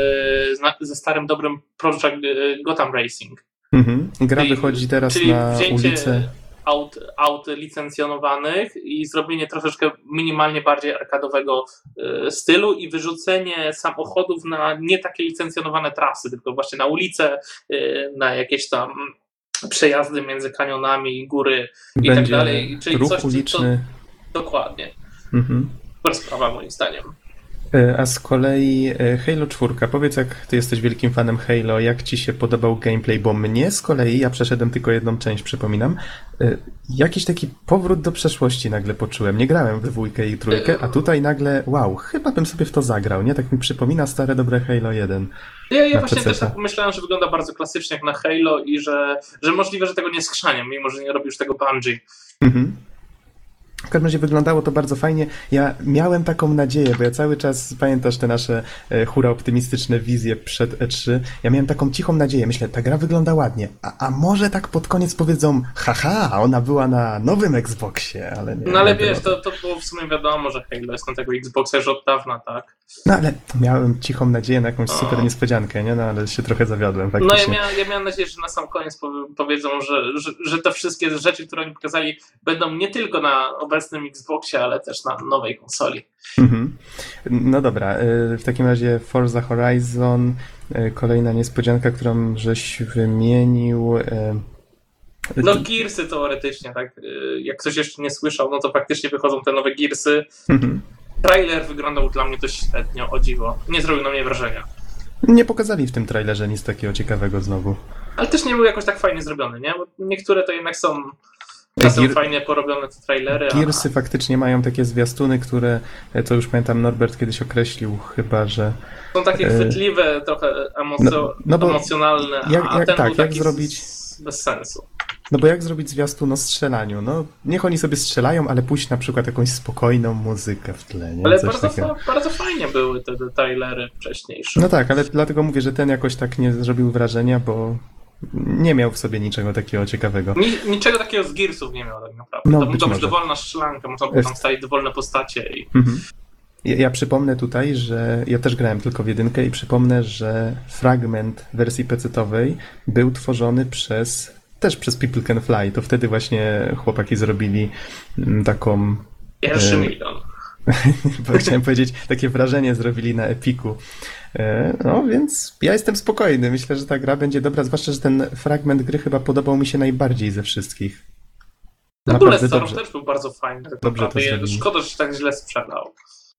Speaker 2: ze starym, dobrym Project Gotham Racing.
Speaker 1: Mhm. Gra czyli, wychodzi teraz
Speaker 2: czyli
Speaker 1: na ulicę.
Speaker 2: Aut, aut licencjonowanych i zrobienie troszeczkę minimalnie bardziej arkadowego y, stylu i wyrzucenie samochodów na nie takie licencjonowane trasy, tylko właśnie na ulice, y, na jakieś tam przejazdy między kanionami, góry i
Speaker 1: Będzie
Speaker 2: tak dalej. Czyli
Speaker 1: ruch
Speaker 2: coś,
Speaker 1: uliczny.
Speaker 2: Co, dokładnie.
Speaker 1: Mhm.
Speaker 2: Super sprawa moim zdaniem.
Speaker 1: E, A z kolei e, Halo cztery, powiedz, jak ty jesteś wielkim fanem Halo, jak ci się podobał gameplay, bo mnie z kolei, ja przeszedłem tylko jedną część, przypominam, e, jakiś taki powrót do przeszłości nagle poczułem. Nie grałem we dwójkę i trójkę, a tutaj nagle, wow, chyba bym sobie w to zagrał, nie? Tak mi przypomina stare dobre Halo jeden.
Speaker 2: Ja, ja
Speaker 1: Na
Speaker 2: właśnie
Speaker 1: P C
Speaker 2: też
Speaker 1: ta.
Speaker 2: tak pomyślałem, że wygląda bardzo klasycznie jak na Halo i że, że możliwe, że tego nie skrzaniam, mimo że nie robi już tego Bungie.
Speaker 1: Mhm. W każdym razie wyglądało to bardzo fajnie. Ja miałem taką nadzieję, bo ja cały czas, pamiętasz te nasze e, hura optymistyczne wizje przed E trzy, ja miałem taką cichą nadzieję. Myślę, ta gra wygląda ładnie, a, a może tak pod koniec powiedzą, haha, ona była na nowym Xboxie, ale nie.
Speaker 2: No ale
Speaker 1: nie było
Speaker 2: wiesz,
Speaker 1: tak.
Speaker 2: to, to było w sumie wiadomo, że Halo jest na tego Xboxa już od dawna, tak?
Speaker 1: No ale miałem cichą nadzieję na jakąś
Speaker 2: O.
Speaker 1: super niespodziankę, nie? No ale się trochę zawiodłem
Speaker 2: No ja
Speaker 1: faktycznie.
Speaker 2: miałem, ja miałem nadzieję, że na sam koniec powie- powiedzą, że, że, że te wszystkie rzeczy, które oni pokazali, będą nie tylko na obecnym Xboxie, ale też na nowej konsoli.
Speaker 1: Mhm. No dobra, y, w takim razie Forza Horizon, y, kolejna niespodzianka, którą żeś wymienił. y,
Speaker 2: No Gearsy teoretycznie, tak? Y, Jak ktoś jeszcze nie słyszał, no to faktycznie wychodzą te nowe Gearsy.
Speaker 1: Mhm.
Speaker 2: Trailer wyglądał dla mnie dość średnio, o dziwo. Nie zrobił na mnie wrażenia.
Speaker 1: Nie pokazali w tym trailerze nic takiego ciekawego znowu.
Speaker 2: Ale też nie był jakoś tak fajnie zrobiony, nie? Bo niektóre to jednak są czasem
Speaker 1: Gear-
Speaker 2: fajnie porobione te trailery. a-
Speaker 1: Gearsy faktycznie mają takie zwiastuny, które, e, to już pamiętam, Norbert kiedyś określił chyba, że
Speaker 2: Są takie
Speaker 1: E,
Speaker 2: chwytliwe, trochę emocjo-
Speaker 1: no- no bo
Speaker 2: emocjonalne,
Speaker 1: jak-
Speaker 2: a
Speaker 1: jak-
Speaker 2: ten
Speaker 1: tak,
Speaker 2: był
Speaker 1: jak
Speaker 2: taki
Speaker 1: zrobić-
Speaker 2: z- bez sensu.
Speaker 1: no bo jak zrobić zwiastun o strzelaniu? No niech oni sobie strzelają, ale puść na przykład jakąś spokojną muzykę w tle, nie?
Speaker 2: Ale
Speaker 1: Coś
Speaker 2: bardzo,
Speaker 1: takiego.
Speaker 2: fa- bardzo fajnie były te, te trailery wcześniejsze.
Speaker 1: No tak, ale dlatego mówię, że ten jakoś tak nie zrobił wrażenia, bo nie miał w sobie niczego takiego ciekawego.
Speaker 2: Ni- niczego takiego z Gearsów nie miał tak naprawdę.
Speaker 1: No,
Speaker 2: to
Speaker 1: być
Speaker 2: to być
Speaker 1: może.
Speaker 2: dowolna strzelanka, można było tam
Speaker 1: Jest.
Speaker 2: stawić dowolne postacie i
Speaker 1: Mhm. Ja, ja przypomnę tutaj, że ja też grałem tylko w jedynkę i przypomnę, że fragment wersji pecetowej był tworzony przez, też przez People Can Fly. To wtedy właśnie chłopaki zrobili mm, taką,
Speaker 2: pierwszy
Speaker 1: E,
Speaker 2: milion.
Speaker 1: bo chciałem powiedzieć, takie wrażenie zrobili na Epiku. E, No więc ja jestem spokojny. Myślę, że ta gra będzie dobra, zwłaszcza, że ten fragment gry chyba podobał mi się najbardziej ze wszystkich.
Speaker 2: No
Speaker 1: Naprawdę
Speaker 2: Bullet Storm
Speaker 1: dobrze.
Speaker 2: też był bardzo fajny. Tak
Speaker 1: Dobrze
Speaker 2: naprawdę.
Speaker 1: to zrobili.
Speaker 2: Szkoda, że się tak źle sprzedał.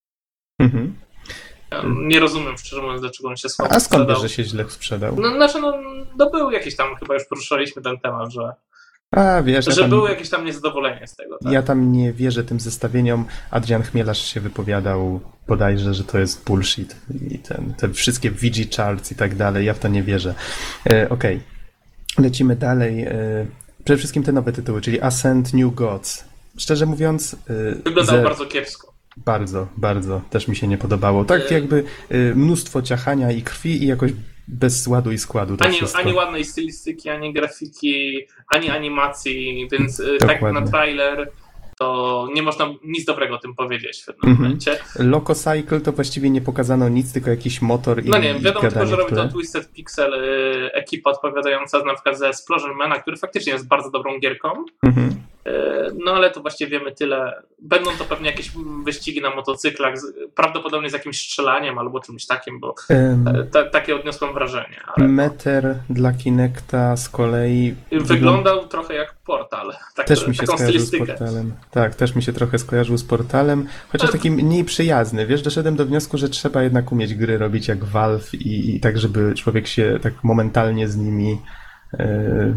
Speaker 1: Mhm.
Speaker 2: Ja nie rozumiem, szczerze mówiąc, dlaczego on się słabo
Speaker 1: A skąd
Speaker 2: sprzedał.
Speaker 1: wiesz, że się źle sprzedał?
Speaker 2: No, znaczy, no, no był jakiś tam, chyba już poruszaliśmy ten temat, że,
Speaker 1: A wiesz, ja
Speaker 2: że
Speaker 1: tam...
Speaker 2: było jakieś tam niezadowolenie z tego. Tak?
Speaker 1: Ja tam nie wierzę tym zestawieniom. Adrian Chmielarz się wypowiadał bodajże, że to jest bullshit i ten, te wszystkie V G charts i tak dalej. Ja w to nie wierzę. E, Okej, lecimy dalej. E, przede wszystkim te nowe tytuły, czyli Ascent New Gods. Szczerze mówiąc, e,
Speaker 2: Wyglądał
Speaker 1: ze-
Speaker 2: bardzo kiepsko.
Speaker 1: bardzo, bardzo też mi się nie podobało. Tak
Speaker 2: E,
Speaker 1: jakby e, mnóstwo ciachania i krwi i jakoś bez ładu i składu to
Speaker 2: Ani,
Speaker 1: wszystko.
Speaker 2: ani ładnej stylistyki, ani grafiki, ani animacji, więc y, tak
Speaker 1: Dokładnie.
Speaker 2: na trailer to nie można nic dobrego o tym powiedzieć w pewnym
Speaker 1: Mhm.
Speaker 2: momencie.
Speaker 1: Loco Cycle to właściwie nie pokazano nic, tylko jakiś motor i
Speaker 2: No nie wiem, wiadomo tylko,
Speaker 1: gadanie
Speaker 2: że
Speaker 1: w
Speaker 2: robi
Speaker 1: tle.
Speaker 2: to Twisted Pixel, y, ekipa odpowiadająca na przykład za Explosion Mana, który faktycznie jest bardzo dobrą gierką.
Speaker 1: Mhm.
Speaker 2: Y, No ale to właściwie wiemy tyle. Będą to pewnie jakieś wyścigi na motocyklach, z, prawdopodobnie z jakimś strzelaniem albo czymś takim, bo
Speaker 1: Em,
Speaker 2: e, ta, takie odniosłem wrażenie. Ale
Speaker 1: Meter dla Kinecta z kolei
Speaker 2: wyglądał trochę jak Portal. Tak,
Speaker 1: też mi się
Speaker 2: taką
Speaker 1: skojarzył z
Speaker 2: stylistykę.
Speaker 1: portalem. Tak, też mi się trochę skojarzył z portalem, chociaż
Speaker 2: Ale-
Speaker 1: taki mniej przyjazny. Wiesz, doszedłem do wniosku, że trzeba jednak umieć gry robić jak Valve i, i tak, żeby człowiek się tak momentalnie z nimi e,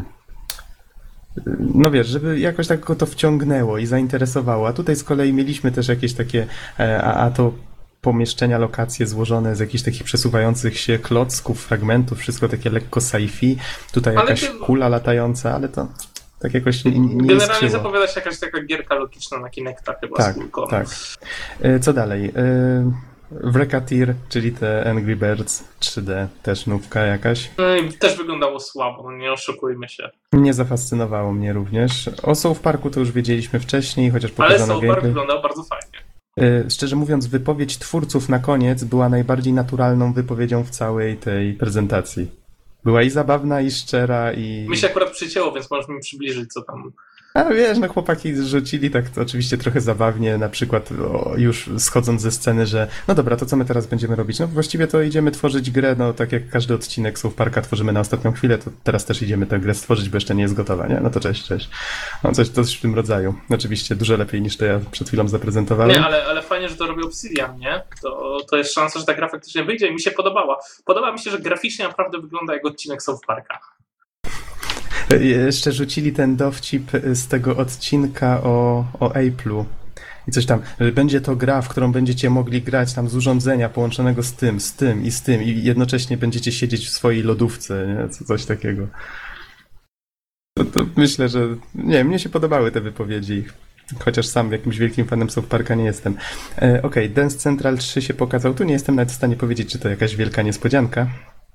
Speaker 1: no wiesz, żeby jakoś tak go to wciągnęło i zainteresowało. A tutaj z kolei mieliśmy też jakieś takie, e, a, a to pomieszczenia, lokacje złożone z jakichś takich przesuwających się klocków, fragmentów, wszystko takie lekko sci-fi. Tutaj
Speaker 2: Ale
Speaker 1: jakaś
Speaker 2: ty-
Speaker 1: kula latająca, ale to tak jakoś nie, nie
Speaker 2: Generalnie
Speaker 1: iskrzyło.
Speaker 2: zapowiada się jakaś taka gierka logiczna na Kinecta chyba
Speaker 1: Tak,
Speaker 2: z kulką.
Speaker 1: tak. E, Co dalej? E, Wreckateer, czyli te Angry Birds trzy D, też nówka jakaś.
Speaker 2: No i też wyglądało słabo, no nie oszukujmy się.
Speaker 1: Nie zafascynowało mnie również. O South Parku to już wiedzieliśmy wcześniej, chociaż
Speaker 2: Ale
Speaker 1: pokazano
Speaker 2: South Park
Speaker 1: gameplay.
Speaker 2: wyglądał bardzo fajnie.
Speaker 1: E, Szczerze mówiąc, wypowiedź twórców na koniec była najbardziej naturalną wypowiedzią w całej tej prezentacji. Była i zabawna, i szczera, i...
Speaker 2: Mi się akurat przycięło, więc możesz mi przybliżyć, co tam
Speaker 1: A wiesz, no chłopaki rzucili tak to oczywiście trochę zabawnie, na przykład o, już schodząc ze sceny, że no dobra, to co my teraz będziemy robić? No właściwie to idziemy tworzyć grę, no tak jak każdy odcinek South Parka tworzymy na ostatnią chwilę, to teraz też idziemy tę grę stworzyć, bo jeszcze nie jest gotowa, nie? No to cześć, cześć. No coś, coś w tym rodzaju. Oczywiście dużo lepiej niż to ja przed chwilą zaprezentowałem.
Speaker 2: Nie, ale, ale fajnie, że to robi Obsidian, nie? To, to jest szansa, że ta gra faktycznie wyjdzie i mi się podobała. Podoba mi się, że graficznie naprawdę wygląda jak odcinek South Parka.
Speaker 1: Jeszcze rzucili ten dowcip z tego odcinka o, o Apple'u i coś tam, że będzie to gra, w którą będziecie mogli grać tam z urządzenia połączonego z tym, z tym i z tym i jednocześnie będziecie siedzieć w swojej lodówce, nie? Coś takiego. To, to myślę, że nie, mnie się podobały te wypowiedzi, chociaż sam jakimś wielkim fanem South Parka nie jestem. E, Okej, okay, Dance Central trzy się pokazał, tu nie jestem nawet w stanie powiedzieć, czy to jakaś wielka niespodzianka.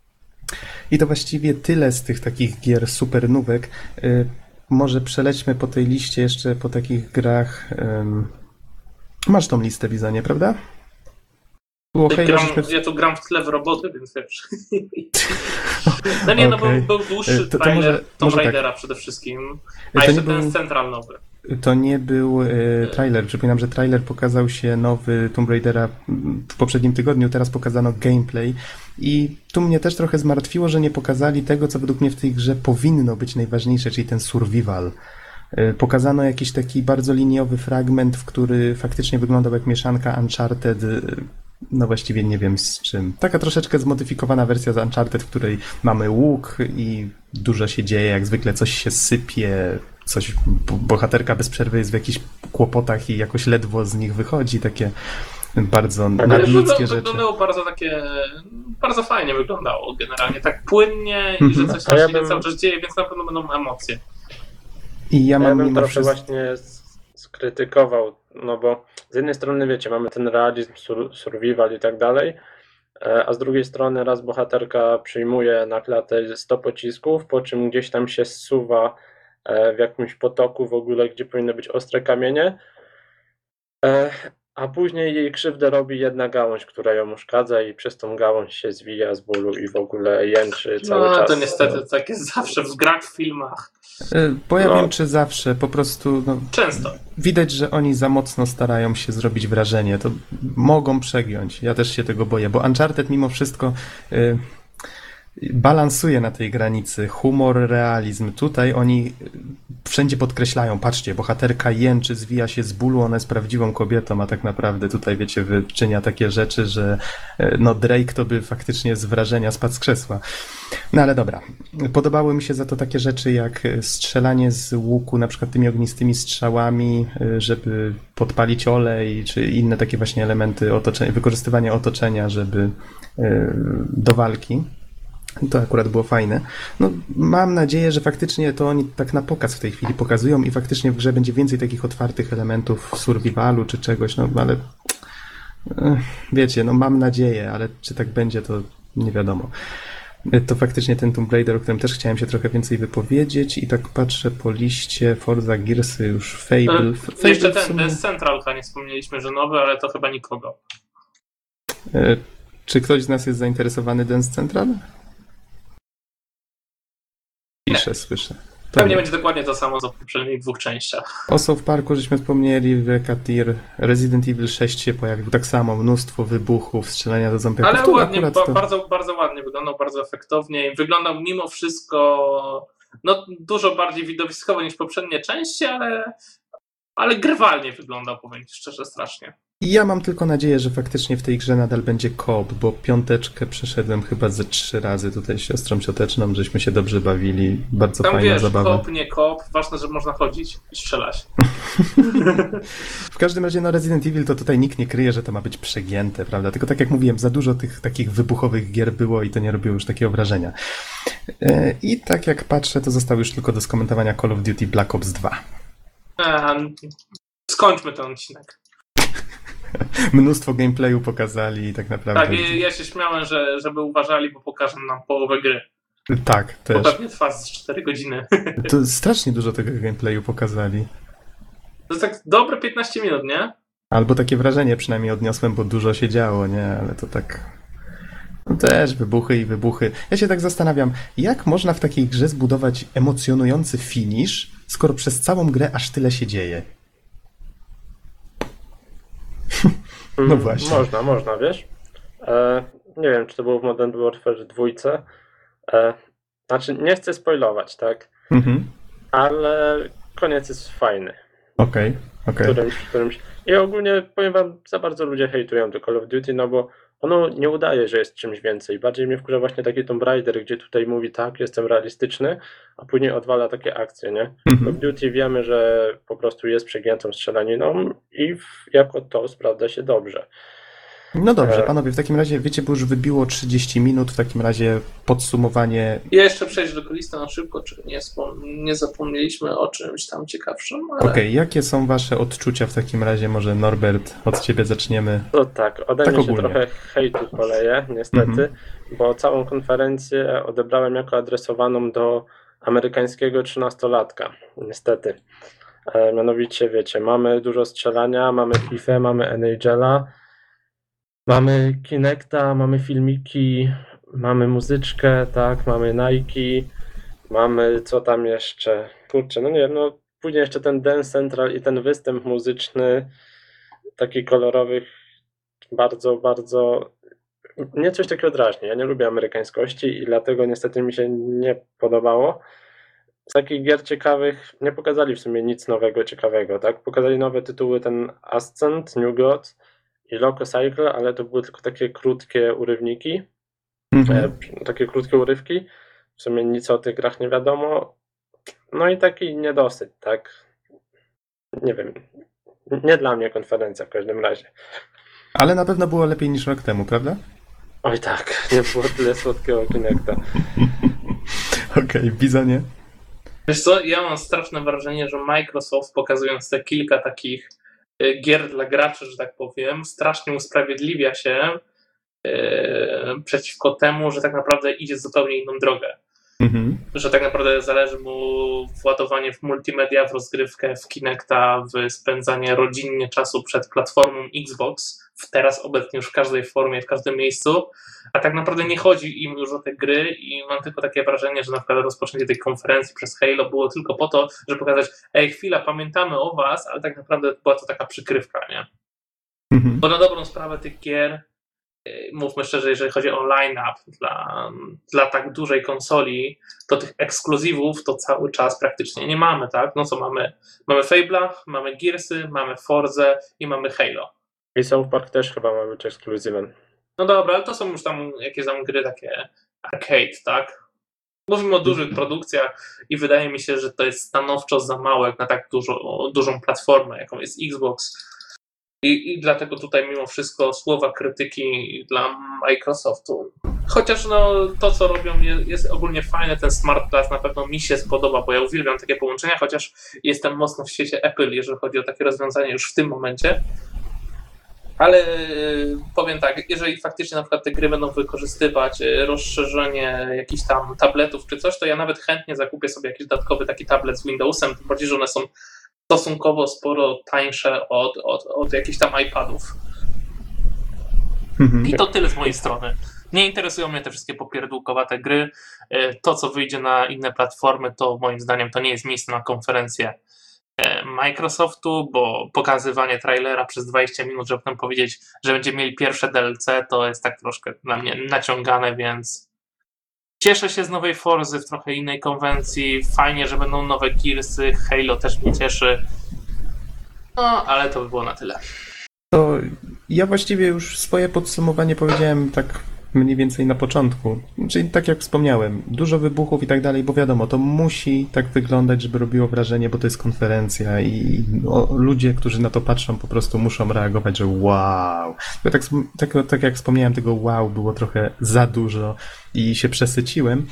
Speaker 1: I to właściwie tyle z tych takich gier super nówek. Yy, może przelećmy po tej liście jeszcze po takich grach. Yy... Masz tą listę, Bizonie, prawda? Było
Speaker 2: Ja,
Speaker 1: hej,
Speaker 2: gram,
Speaker 1: żeśmy...
Speaker 2: ja tu gram w tle w roboty, więc wiesz. No nie, okay. no był, był dłuższy
Speaker 1: to, to
Speaker 2: trailer
Speaker 1: może,
Speaker 2: Tomb
Speaker 1: może
Speaker 2: Raidera
Speaker 1: tak.
Speaker 2: przede wszystkim, a
Speaker 1: To
Speaker 2: jeszcze
Speaker 1: nie
Speaker 2: ten
Speaker 1: był...
Speaker 2: Central nowy.
Speaker 1: To nie był y, trailer. Przypominam, że trailer pokazał się nowy Tomb Raidera w poprzednim tygodniu, teraz pokazano gameplay i tu mnie też trochę zmartwiło, że nie pokazali tego, co według mnie w tej grze powinno być najważniejsze, czyli ten survival. Y, pokazano jakiś taki bardzo liniowy fragment, w który faktycznie wyglądał jak mieszanka Uncharted, y, no właściwie nie wiem z czym. Taka troszeczkę zmodyfikowana wersja z Uncharted, w której mamy łuk i dużo się dzieje, jak zwykle coś się sypie, coś, bohaterka bez przerwy jest w jakichś kłopotach i jakoś ledwo z nich wychodzi, takie bardzo nadludzkie rzeczy.
Speaker 2: Wyglądało bardzo takie, bardzo fajnie wyglądało generalnie, tak płynnie i że coś
Speaker 3: A ja
Speaker 2: się
Speaker 3: bym...
Speaker 2: cały czas dzieje, więc na pewno będą emocje.
Speaker 1: I ja, mam
Speaker 3: ja bym
Speaker 1: mimo
Speaker 3: trochę
Speaker 1: wszystko...
Speaker 3: właśnie skrytykował, no bo z jednej strony wiecie, mamy ten realizm, sur survival i tak dalej, a z drugiej strony raz bohaterka przyjmuje na klatę sto pocisków, po czym gdzieś tam się zsuwa w jakimś potoku w ogóle, gdzie powinny być ostre kamienie, a później jej krzywdę robi jedna gałąź, która ją uszkadza i przez tą gałąź się zwija z bólu i w ogóle jęczy cały
Speaker 2: no,
Speaker 3: czas.
Speaker 2: To niestety tak jest zawsze w grach, w filmach.
Speaker 1: Bo ja
Speaker 3: no.
Speaker 1: wiem, czy zawsze, po prostu... No,
Speaker 2: często.
Speaker 1: Widać, że oni za mocno starają się zrobić wrażenie, to mogą przegiąć, ja też się tego boję, bo Uncharted mimo wszystko... Yy... balansuje na tej granicy humor, realizm. Tutaj oni wszędzie podkreślają, patrzcie, bohaterka jęczy, zwija się z bólu, ona jest prawdziwą kobietą, a tak naprawdę tutaj, wiecie, wyczynia takie rzeczy, że no Drake to by faktycznie z wrażenia spadł z krzesła. No ale dobra. Podobały mi się za to takie rzeczy jak strzelanie z łuku, na przykład tymi ognistymi strzałami, żeby podpalić olej, czy inne takie właśnie elementy otoczenia, wykorzystywanie otoczenia, żeby do walki. To akurat było fajne. No, mam nadzieję, że faktycznie to oni tak na pokaz w tej chwili pokazują i faktycznie w grze będzie więcej takich otwartych elementów survivalu czy czegoś, no ale wiecie, no mam nadzieję, ale czy tak będzie, to nie wiadomo. To faktycznie ten Tomb Raider, o którym też chciałem się trochę więcej wypowiedzieć i tak patrzę po liście Forza, Gearsy, już Fable.
Speaker 2: Fable jeszcze ten, sumie... ten Central, nie wspomnieliśmy, że nowy, ale to chyba nikogo.
Speaker 1: Czy ktoś z nas jest zainteresowany Dance Central? Piszę, słyszę. To
Speaker 2: Pewnie
Speaker 1: nie.
Speaker 2: będzie dokładnie to samo, co w poprzednich dwóch częściach.
Speaker 1: O South Parku żeśmy wspomnieli, Rekatir, Resident Evil sześć się pojawił, tak samo, mnóstwo wybuchów, strzelania do zombiaków.
Speaker 2: Ale
Speaker 1: to
Speaker 2: ładnie, ba
Speaker 1: to...
Speaker 2: bardzo, bardzo ładnie wyglądał, bardzo efektownie i wyglądał mimo wszystko no, dużo bardziej widowiskowo niż poprzednie części, ale, ale grywalnie wyglądał, powiem ci szczerze, strasznie.
Speaker 1: I ja mam tylko nadzieję, że faktycznie w tej grze nadal będzie koop, bo piąteczkę przeszedłem chyba ze trzy razy tutaj z siostrą cioteczną, żeśmy się dobrze bawili, bardzo
Speaker 2: Tam
Speaker 1: fajna
Speaker 2: wiesz,
Speaker 1: zabawa.
Speaker 2: koop, nie koop, ważne, że można chodzić i strzelać.
Speaker 1: W każdym razie, no Resident Evil to tutaj nikt nie kryje, że to ma być przegięte, prawda? Tylko tak jak mówiłem, za dużo tych takich wybuchowych gier było i to nie robiło już takiego wrażenia. I tak jak patrzę, to został już tylko do skomentowania Call of Duty Black Ops dwa.
Speaker 2: Eee, skończmy ten odcinek.
Speaker 1: Mnóstwo gameplayu pokazali i tak naprawdę...
Speaker 2: Tak, ja się śmiałem, że, żeby uważali, bo pokażą nam połowę gry.
Speaker 1: Tak, też.
Speaker 2: Bo pewnie trwa z cztery godziny.
Speaker 1: To strasznie dużo tego gameplayu pokazali.
Speaker 2: To jest tak dobre piętnaście minut, nie?
Speaker 1: Albo takie wrażenie przynajmniej odniosłem, bo dużo się działo, nie? Ale to tak... No też wybuchy i wybuchy. Ja się tak zastanawiam, jak można w takiej grze zbudować emocjonujący finish, skoro przez całą grę aż tyle się dzieje? No właśnie.
Speaker 3: Można, można, wiesz? E, nie wiem, czy to było w Modern Warfare dwa. E, znaczy, nie chcę spoilować, tak?
Speaker 1: Mhm.
Speaker 3: Ale koniec jest fajny.
Speaker 1: Okej, okej.
Speaker 3: Którymś, którymś. I ogólnie powiem wam, za bardzo ludzie hejtują to Call of Duty, no bo ono nie udaje, że jest czymś więcej. Bardziej mnie wkurza właśnie taki Tomb Raider, gdzie tutaj mówi tak, jestem realistyczny, a później odwala takie akcje, nie? Call
Speaker 1: Mhm.
Speaker 3: of Duty wiemy, że po prostu jest przegiętą strzelaniną i w, jako to sprawdza się dobrze.
Speaker 1: No dobrze,
Speaker 3: E.
Speaker 1: panowie, w takim razie, wiecie, bo już wybiło trzydzieści minut, w takim razie podsumowanie.
Speaker 2: Ja jeszcze przejść do listy na szybko, czy nie, wspom- nie zapomnieliśmy o czymś tam ciekawszym, ale
Speaker 1: Okej, jakie są wasze odczucia w takim razie? Może Norbert, od ciebie zaczniemy.
Speaker 3: No tak, ode
Speaker 1: Tak
Speaker 3: mnie się
Speaker 1: ogólnie.
Speaker 3: trochę hejtu poleje, niestety,
Speaker 1: Mhm.
Speaker 3: bo całą konferencję odebrałem jako adresowaną do amerykańskiego trzynastolatka, niestety. E, mianowicie, wiecie, mamy dużo strzelania, mamy FIFA, mamy N H L-a, mamy Kinecta, mamy filmiki, mamy muzyczkę, tak, mamy Nike, mamy co tam jeszcze, kurczę, no nie wiem, no później jeszcze ten Dance Central i ten występ muzyczny, taki kolorowych, bardzo, bardzo, mnie coś takiego drażni, ja nie lubię amerykańskości i dlatego niestety mi się nie podobało. Z takich gier ciekawych nie pokazali w sumie nic nowego, ciekawego, tak? Pokazali nowe tytuły, ten Ascent, New God i Loco Cycle, ale to były tylko takie krótkie urywniki,
Speaker 1: Mhm.
Speaker 3: e, takie krótkie urywki. W sumie nic o tych grach nie wiadomo. No i taki niedosyt, tak? Nie wiem. Nie dla mnie konferencja w każdym razie.
Speaker 1: Ale na pewno było lepiej niż rok temu, prawda?
Speaker 3: Oj tak, nie było tyle słodkiego Kinecta.
Speaker 1: Okej, Bizonie.
Speaker 2: wiesz co, ja mam straszne wrażenie, że Microsoft, pokazując te kilka takich y, gier dla graczy, że tak powiem, strasznie usprawiedliwia się y, przeciwko temu, że tak naprawdę idzie zupełnie inną drogę.
Speaker 1: Mhm.
Speaker 2: Że tak naprawdę zależy mu władowanie w multimedia, w rozgrywkę, w Kinecta, w spędzanie rodzinnie czasu przed platformą Xbox, w teraz obecnie już w każdej formie, w każdym miejscu, a tak naprawdę nie chodzi im już o te gry i mam tylko takie wrażenie, że na przykład rozpoczęcie tej konferencji przez Halo było tylko po to, żeby pokazać, ej chwila, pamiętamy o was, ale tak naprawdę była to taka przykrywka, nie?
Speaker 1: Mhm.
Speaker 2: Bo na dobrą sprawę tych gier, mówmy szczerze, jeżeli chodzi o line-up dla, dla tak dużej konsoli, to tych ekskluzywów to cały czas praktycznie nie mamy, tak? No co mamy? Mamy Fable'a, mamy Gearsy, mamy Forzę i mamy Halo.
Speaker 3: I South Park też chyba ma być ekskluzywem.
Speaker 2: No dobra, ale to są już tam jakieś tam gry takie arcade, tak? Mówimy o dużych produkcjach i wydaje mi się, że to jest stanowczo za mało jak na tak dużo, dużą platformę, jaką jest Xbox. I, I dlatego tutaj mimo wszystko słowa krytyki dla Microsoftu. Chociaż no, to, co robią, jest, jest ogólnie fajne. Ten Smart Glass na pewno mi się spodoba, bo ja uwielbiam takie połączenia, chociaż jestem mocno w świecie Apple, jeżeli chodzi o takie rozwiązanie już w tym momencie. Ale yy, powiem tak, jeżeli faktycznie na przykład te gry będą wykorzystywać yy, rozszerzenie jakichś tam tabletów czy coś, to ja nawet chętnie zakupię sobie jakiś dodatkowy taki tablet z Windowsem, tym bardziej, że one są stosunkowo sporo tańsze od, od, od jakichś tam iPadów.
Speaker 1: Mhm.
Speaker 2: I to tyle z mojej strony. Nie interesują mnie te wszystkie popierdółkowate gry. To, co wyjdzie na inne platformy, to moim zdaniem to nie jest miejsce na konferencję Microsoftu, bo pokazywanie trailera przez dwadzieścia minut, żeby potem powiedzieć, że będziemy mieli pierwsze D L C, to jest tak troszkę dla mnie naciągane, więc cieszę się z nowej Forzy w trochę innej konwencji. Fajnie, że będą nowe Gearsy. Halo też mnie cieszy. No, ale to by było na tyle.
Speaker 1: To ja właściwie już swoje podsumowanie powiedziałem tak mniej więcej na początku. Czyli tak jak wspomniałem, dużo wybuchów i tak dalej, bo wiadomo, to musi tak wyglądać, żeby robiło wrażenie, bo to jest konferencja i no, ludzie, którzy na to patrzą, po prostu muszą reagować, że wow. Tak, tak, tak jak wspomniałem, tego wow było trochę za dużo i się przesyciłem.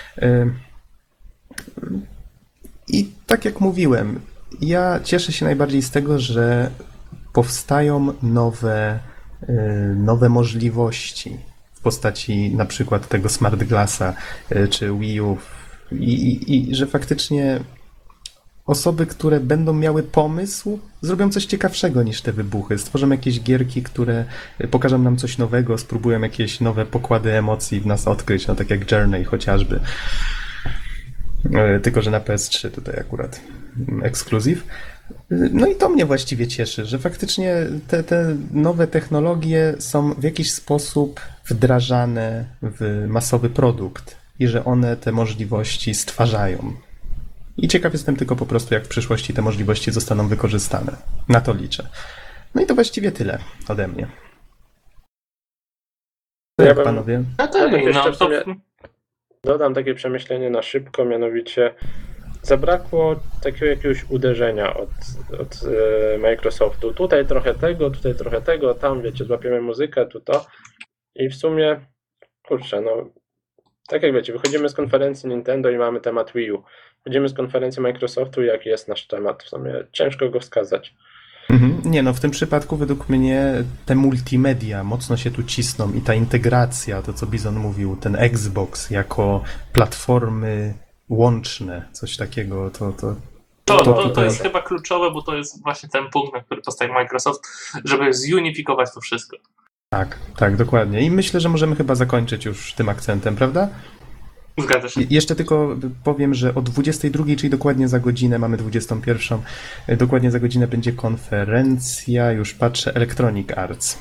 Speaker 1: I tak jak mówiłem, ja cieszę się najbardziej z tego, że powstają nowe, nowe możliwości w postaci na przykład tego Smart Glassa czy Wii U i, i, i że faktycznie osoby, które będą miały pomysł, zrobią coś ciekawszego niż te wybuchy. Stworzą jakieś gierki, które pokażą nam coś nowego, spróbują jakieś nowe pokłady emocji w nas odkryć, no tak jak Journey chociażby. Tylko że na P S trzy tutaj akurat ekskluzyw. No i to mnie właściwie cieszy, że faktycznie te, te nowe technologie są w jakiś sposób wdrażane w masowy produkt i że one te możliwości stwarzają. I ciekaw jestem tylko po prostu, jak w przyszłości te możliwości zostaną wykorzystane. Na to liczę. No i to właściwie tyle ode mnie. To
Speaker 3: Ja
Speaker 1: jak
Speaker 3: bym-
Speaker 1: panowie?
Speaker 2: No to,
Speaker 3: Ja bym jeszcze
Speaker 2: no,
Speaker 3: w sumie-
Speaker 2: to
Speaker 3: Dodam takie przemyślenie na szybko, mianowicie zabrakło takiego jakiegoś uderzenia od, od e, Microsoftu. Tutaj trochę tego, tutaj trochę tego, tam wiecie, złapiemy muzykę, tu to. I w sumie, kurczę, no tak jak wiecie, wychodzimy z konferencji Nintendo i mamy temat Wii U. Wychodzimy z konferencji Microsoftu, jaki jest nasz temat. W sumie ciężko go wskazać.
Speaker 1: Mhm. Nie no, w tym przypadku według mnie te multimedia mocno się tu cisną i ta integracja, to co Bizon mówił, ten Xbox jako platformy łączne, coś takiego, to... to...
Speaker 2: To,
Speaker 1: To
Speaker 2: to, to
Speaker 1: tutaj-
Speaker 2: jest chyba kluczowe, bo to jest właśnie ten punkt, na który postawi Microsoft, żeby zunifikować to wszystko.
Speaker 1: Tak, tak, dokładnie. I myślę, że możemy chyba zakończyć już tym akcentem, prawda?
Speaker 2: Zgadza się.
Speaker 1: I jeszcze tylko powiem, że o dwudziestej drugiej, czyli dokładnie za godzinę, mamy dwudziestą pierwszą, dokładnie za godzinę będzie konferencja, już patrzę, Electronic Arts.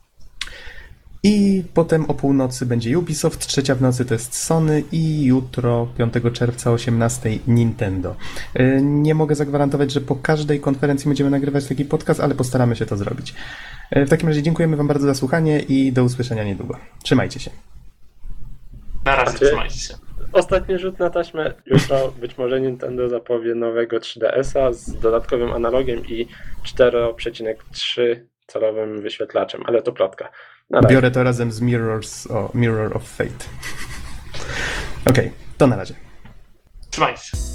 Speaker 1: I potem o północy będzie Ubisoft, trzecia w nocy to jest Sony i jutro, piątego czerwca o osiemnastej Nintendo. Yy, Nie mogę zagwarantować, że po każdej konferencji będziemy nagrywać taki podcast, ale postaramy się to zrobić. Yy, W takim razie dziękujemy Wam bardzo za słuchanie i do usłyszenia niedługo. Trzymajcie się.
Speaker 2: Na razie,
Speaker 3: Znaczy-
Speaker 2: trzymajcie się.
Speaker 3: Ostatni rzut na taśmę. Jutro być może Nintendo zapowie nowego trzy D S a z dodatkowym analogiem i cztery przecinek trzy calowym wyświetlaczem, ale to plotka. Na razie.
Speaker 1: Biorę to razem z Mirrors, o, Mirror of Fate. Okej, to na razie.
Speaker 2: Trzymajcie się.